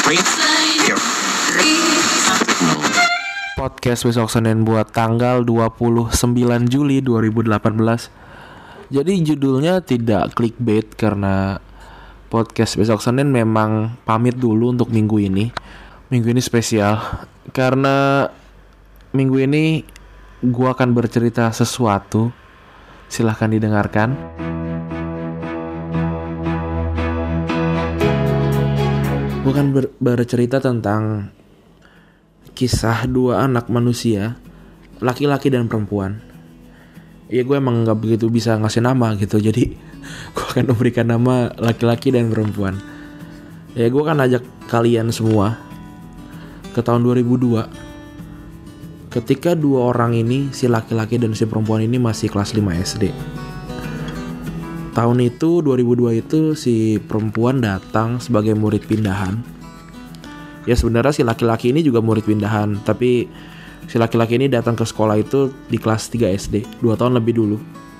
Podcast besok Senin buat tanggal 29 Juli 2018. Jadi judulnya tidak clickbait karena podcast besok Senin memang pamit dulu untuk minggu ini. Minggu ini spesial karena minggu ini gua akan bercerita sesuatu. Silahkan didengarkan. Gua akan bercerita tentang kisah dua anak manusia, laki-laki dan perempuan. Ya gue emang gak begitu bisa ngasih nama gitu, jadi gue akan memberikan nama laki-laki dan perempuan. Ya gue akan ajak kalian semua ke tahun 2002 ketika dua orang ini, si laki-laki dan si perempuan ini masih kelas 5 SD. Tahun itu 2002 itu si perempuan datang sebagai murid pindahan. Ya sebenarnya si laki-laki ini juga murid pindahan, tapi si laki-laki ini datang ke sekolah itu di kelas 3 SD, 2 tahun lebih dulu.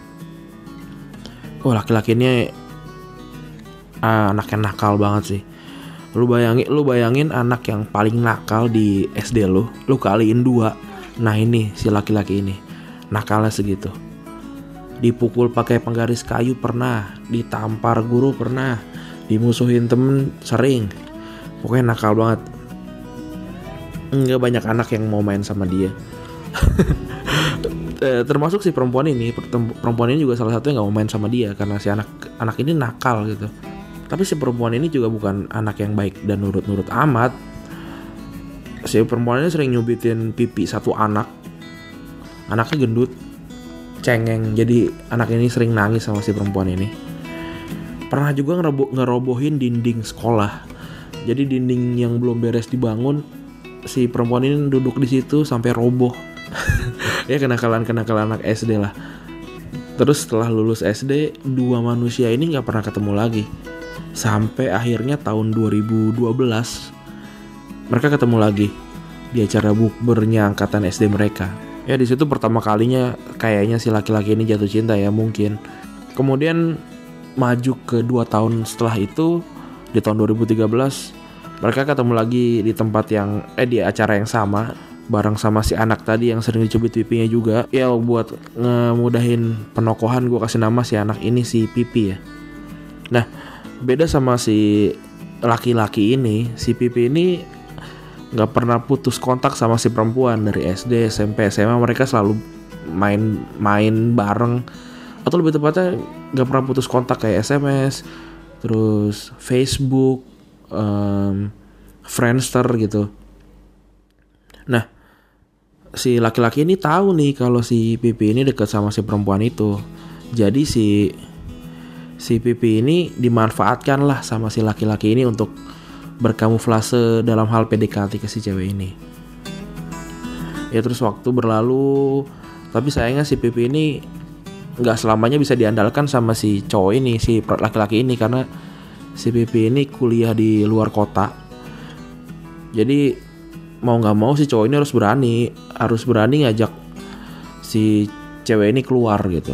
Oh, laki-laki ini anaknya nakal banget sih. Lu bayangin anak yang paling nakal di SD lu kaliin 2. Nah ini si laki-laki ini nakalnya segitu. Dipukul pakai penggaris kayu pernah, ditampar guru pernah, dimusuhin temen sering. Pokoknya nakal banget. Nggak banyak anak yang mau main sama dia. Termasuk si perempuan ini. Perempuan ini juga salah satu yang nggak mau main sama dia karena si anak ini nakal gitu. Tapi si perempuan ini juga bukan anak yang baik dan nurut-nurut amat. Si perempuan ini sering nyubitin pipi satu anak. Anaknya gendut, cengeng. Jadi anak ini sering nangis sama si perempuan ini. Pernah juga ngerobohin dinding sekolah. Jadi dinding yang belum beres dibangun, si perempuan ini duduk di situ sampai roboh. Ya kenakalan anak SD lah. Terus setelah lulus SD, dua manusia ini nggak pernah ketemu lagi. Sampai akhirnya tahun 2012 mereka ketemu lagi di acara bukbernya angkatan SD mereka. Ya di situ pertama kalinya kayaknya si laki-laki ini jatuh cinta ya mungkin. Kemudian maju ke 2 tahun setelah itu, di tahun 2013 mereka ketemu lagi di tempat yang di acara yang sama bareng sama si anak tadi yang sering dicubit pipinya juga. Ya buat ngemudahin penokohan gue kasih nama si anak ini si Pipi ya. Nah beda sama si laki-laki ini, si Pipi ini gak pernah putus kontak sama si perempuan. Dari SD, SMP, SMA mereka selalu main bareng. Atau lebih tepatnya gak pernah putus kontak kayak SMS, terus Facebook, Friendster gitu. Nah si laki-laki ini tahu nih kalau si Pipi ini dekat sama si perempuan itu. Jadi si Pipi ini dimanfaatkan lah sama si laki-laki ini untuk berkamuflase dalam hal PDKT ke si cewek ini. Ya terus waktu berlalu, tapi sayangnya si Pipi ini gak selamanya bisa diandalkan sama si cowok ini, si laki-laki ini, karena si Pipi ini kuliah di luar kota. Jadi mau gak mau si cowok ini harus berani ngajak si cewek ini keluar gitu.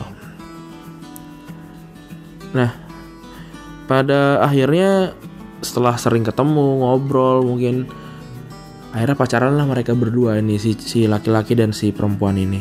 Nah pada akhirnya setelah sering ketemu, ngobrol, mungkin akhirnya pacaran lah mereka berdua ini, si laki-laki dan si perempuan ini.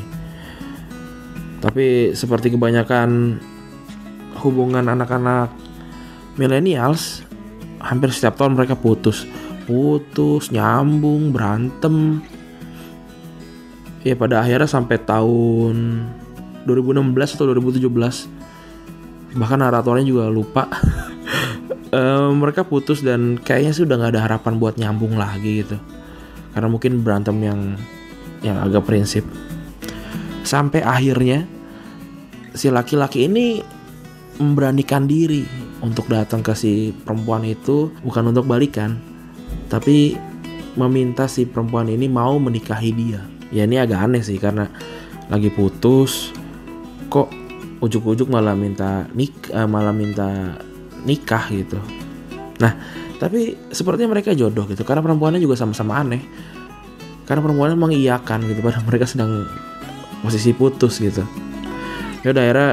Tapi seperti kebanyakan hubungan anak-anak millennials, hampir setiap tahun mereka putus, nyambung, berantem. Ya pada akhirnya sampai tahun 2016 atau 2017, bahkan naratornya juga lupa. Mereka putus dan kayaknya sih udah gak ada harapan buat nyambung lagi gitu, karena mungkin berantem yang agak prinsip. Sampai akhirnya si laki-laki ini memberanikan diri untuk datang ke si perempuan itu, bukan untuk balikan, tapi meminta si perempuan ini mau menikahi dia. Ya ini agak aneh sih, karena lagi putus kok ujuk-ujuk malah minta nikah gitu. Nah tapi sepertinya mereka jodoh gitu, karena perempuannya juga sama-sama aneh. Karena perempuannya mengiyakan gitu padahal mereka sedang posisi putus gitu. Ya udah akhirnya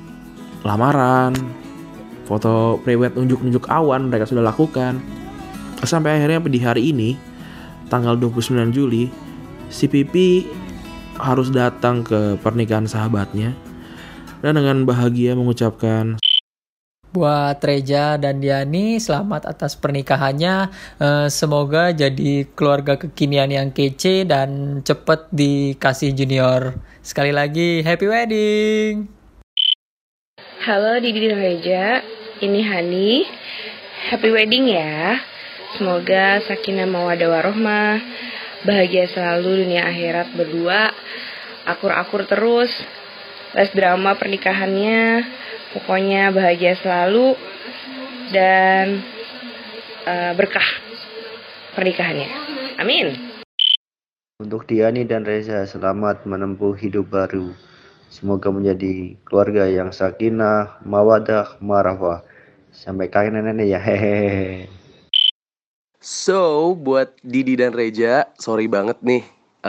lamaran, foto prewed nunjuk-nunjuk awan mereka sudah lakukan. Sampai akhirnya di hari ini, tanggal 29 Juli, si Pipi harus datang ke pernikahan sahabatnya dan dengan bahagia mengucapkan, buat Reja dan Diani, selamat atas pernikahannya. Semoga jadi keluarga kekinian yang kece dan cepet dikasih junior. Sekali lagi, happy wedding! Halo Didi dan Reja, ini Hani. Happy wedding ya. Semoga sakinah mawaddah warohmah, bahagia selalu dunia akhirat berdua, akur-akur terus, less drama pernikahannya, pokoknya bahagia selalu dan berkah pernikahannya. Amin. Untuk Diani dan Reza, selamat menempuh hidup baru. Semoga menjadi keluarga yang sakinah, mawaddah, warahmah. Sampai kakek nenek ya, hehehe. So, buat Didi dan Reja, sorry banget nih.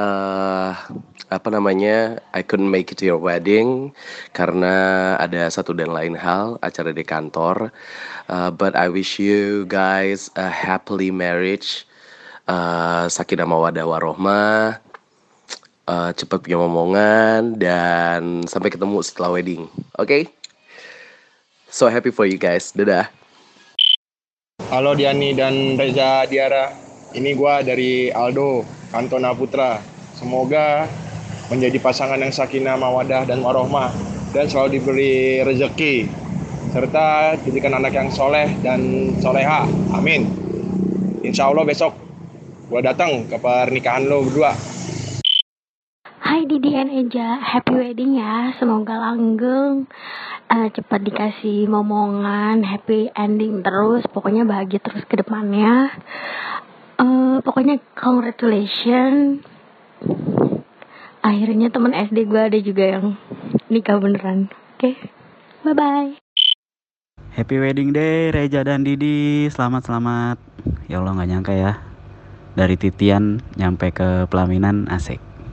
I couldn't make it to your wedding karena ada satu dan lain hal, acara di kantor. But I wish you guys a happily marriage, sakinah mawaddah warohmah, cepat punya momongan, dan sampai ketemu setelah wedding. Okay? So happy for you guys. Dadah. Halo Diani dan Reza Diara, ini gua dari Aldo, Kantona Putra. Semoga menjadi pasangan yang sakinah, mawaddah, dan warohmah, dan selalu diberi rezeki, serta jadikan anak yang soleh dan soleha. Amin. Insya Allah besok gua datang ke pernikahan lo berdua. Hai Didi and Eja, happy wedding ya. Semoga langgeng, cepat dikasih momongan, happy ending terus, pokoknya bahagia terus ke depannya. Pokoknya congratulations. Akhirnya teman SD gue ada juga yang nikah beneran. Oke, bye-bye. Happy wedding day Reja dan Didi. Selamat. Ya Allah, gak nyangka ya, dari titian nyampe ke pelaminan, asik.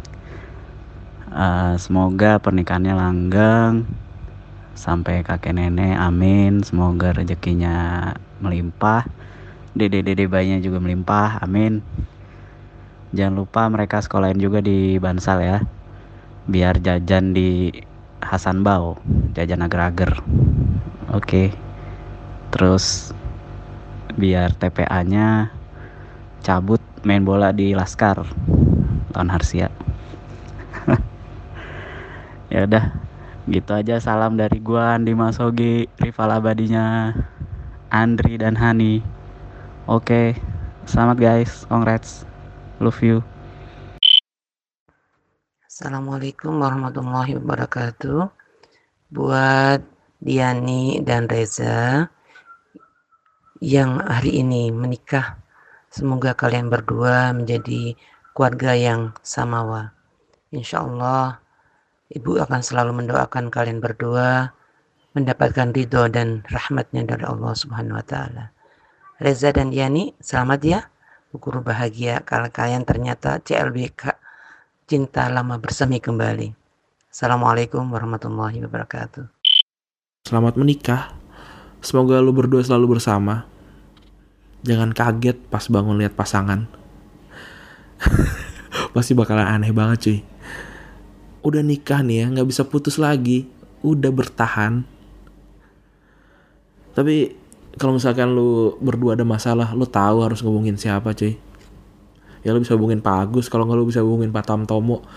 Semoga pernikahannya langgeng sampai kakek nenek, amin. Semoga rezekinya melimpah, dede bayinya juga melimpah, amin. Jangan lupa mereka sekolahin juga di Bansal ya, biar jajan di Hasanbau, jajan ager-ager. Oke. Terus biar TPA-nya cabut main bola di Laskar lawan Harsia. Ya udah, gitu aja. Salam dari gua, Andi Masogi, rival abadinya Andri dan Hani. Oke, selamat guys, congrats, love you. Assalamualaikum warahmatullahi wabarakatuh. Buat Diani dan Reza yang hari ini menikah, semoga kalian berdua menjadi keluarga yang samawa. Insyaallah Ibu akan selalu mendoakan kalian berdua mendapatkan ridho dan rahmatnya dari Allah Subhanahu wa Ta'ala. Reza dan Diani, selamat ya. Guru bahagia kalau kalian ternyata CLBK, cinta lama bersemi kembali. Assalamualaikum warahmatullahi wabarakatuh. selamat menikah. Semoga lu berdua selalu bersama. Jangan kaget pas bangun lihat pasangan. Pasti bakalan aneh banget cuy. Udah nikah nih ya, gak bisa putus lagi. Udah bertahan. Tapi kalau misalkan lu berdua ada masalah, lu tahu harus ngubungin siapa cuy. Ya lu bisa hubungin Pak Agus, kalau nggak lu bisa hubungin Pak Tamtomo.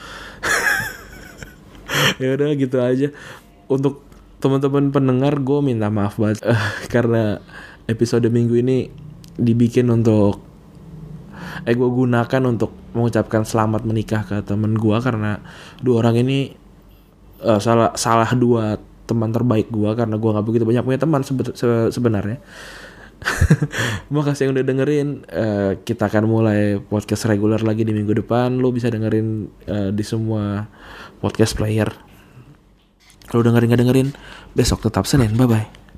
Ya udah gitu aja. Untuk teman-teman pendengar, gue minta maaf banget karena episode minggu ini dibikin untuk gue gunakan untuk mengucapkan selamat menikah ke temen gue, karena dua orang ini salah dua teman terbaik gue, karena gue nggak begitu banyak punya teman sebenarnya. Makasih yang udah dengerin. Kita akan mulai podcast reguler lagi di minggu depan. Lo bisa dengerin di semua podcast player. Kalau dengerin besok tetap Senin. Bye bye.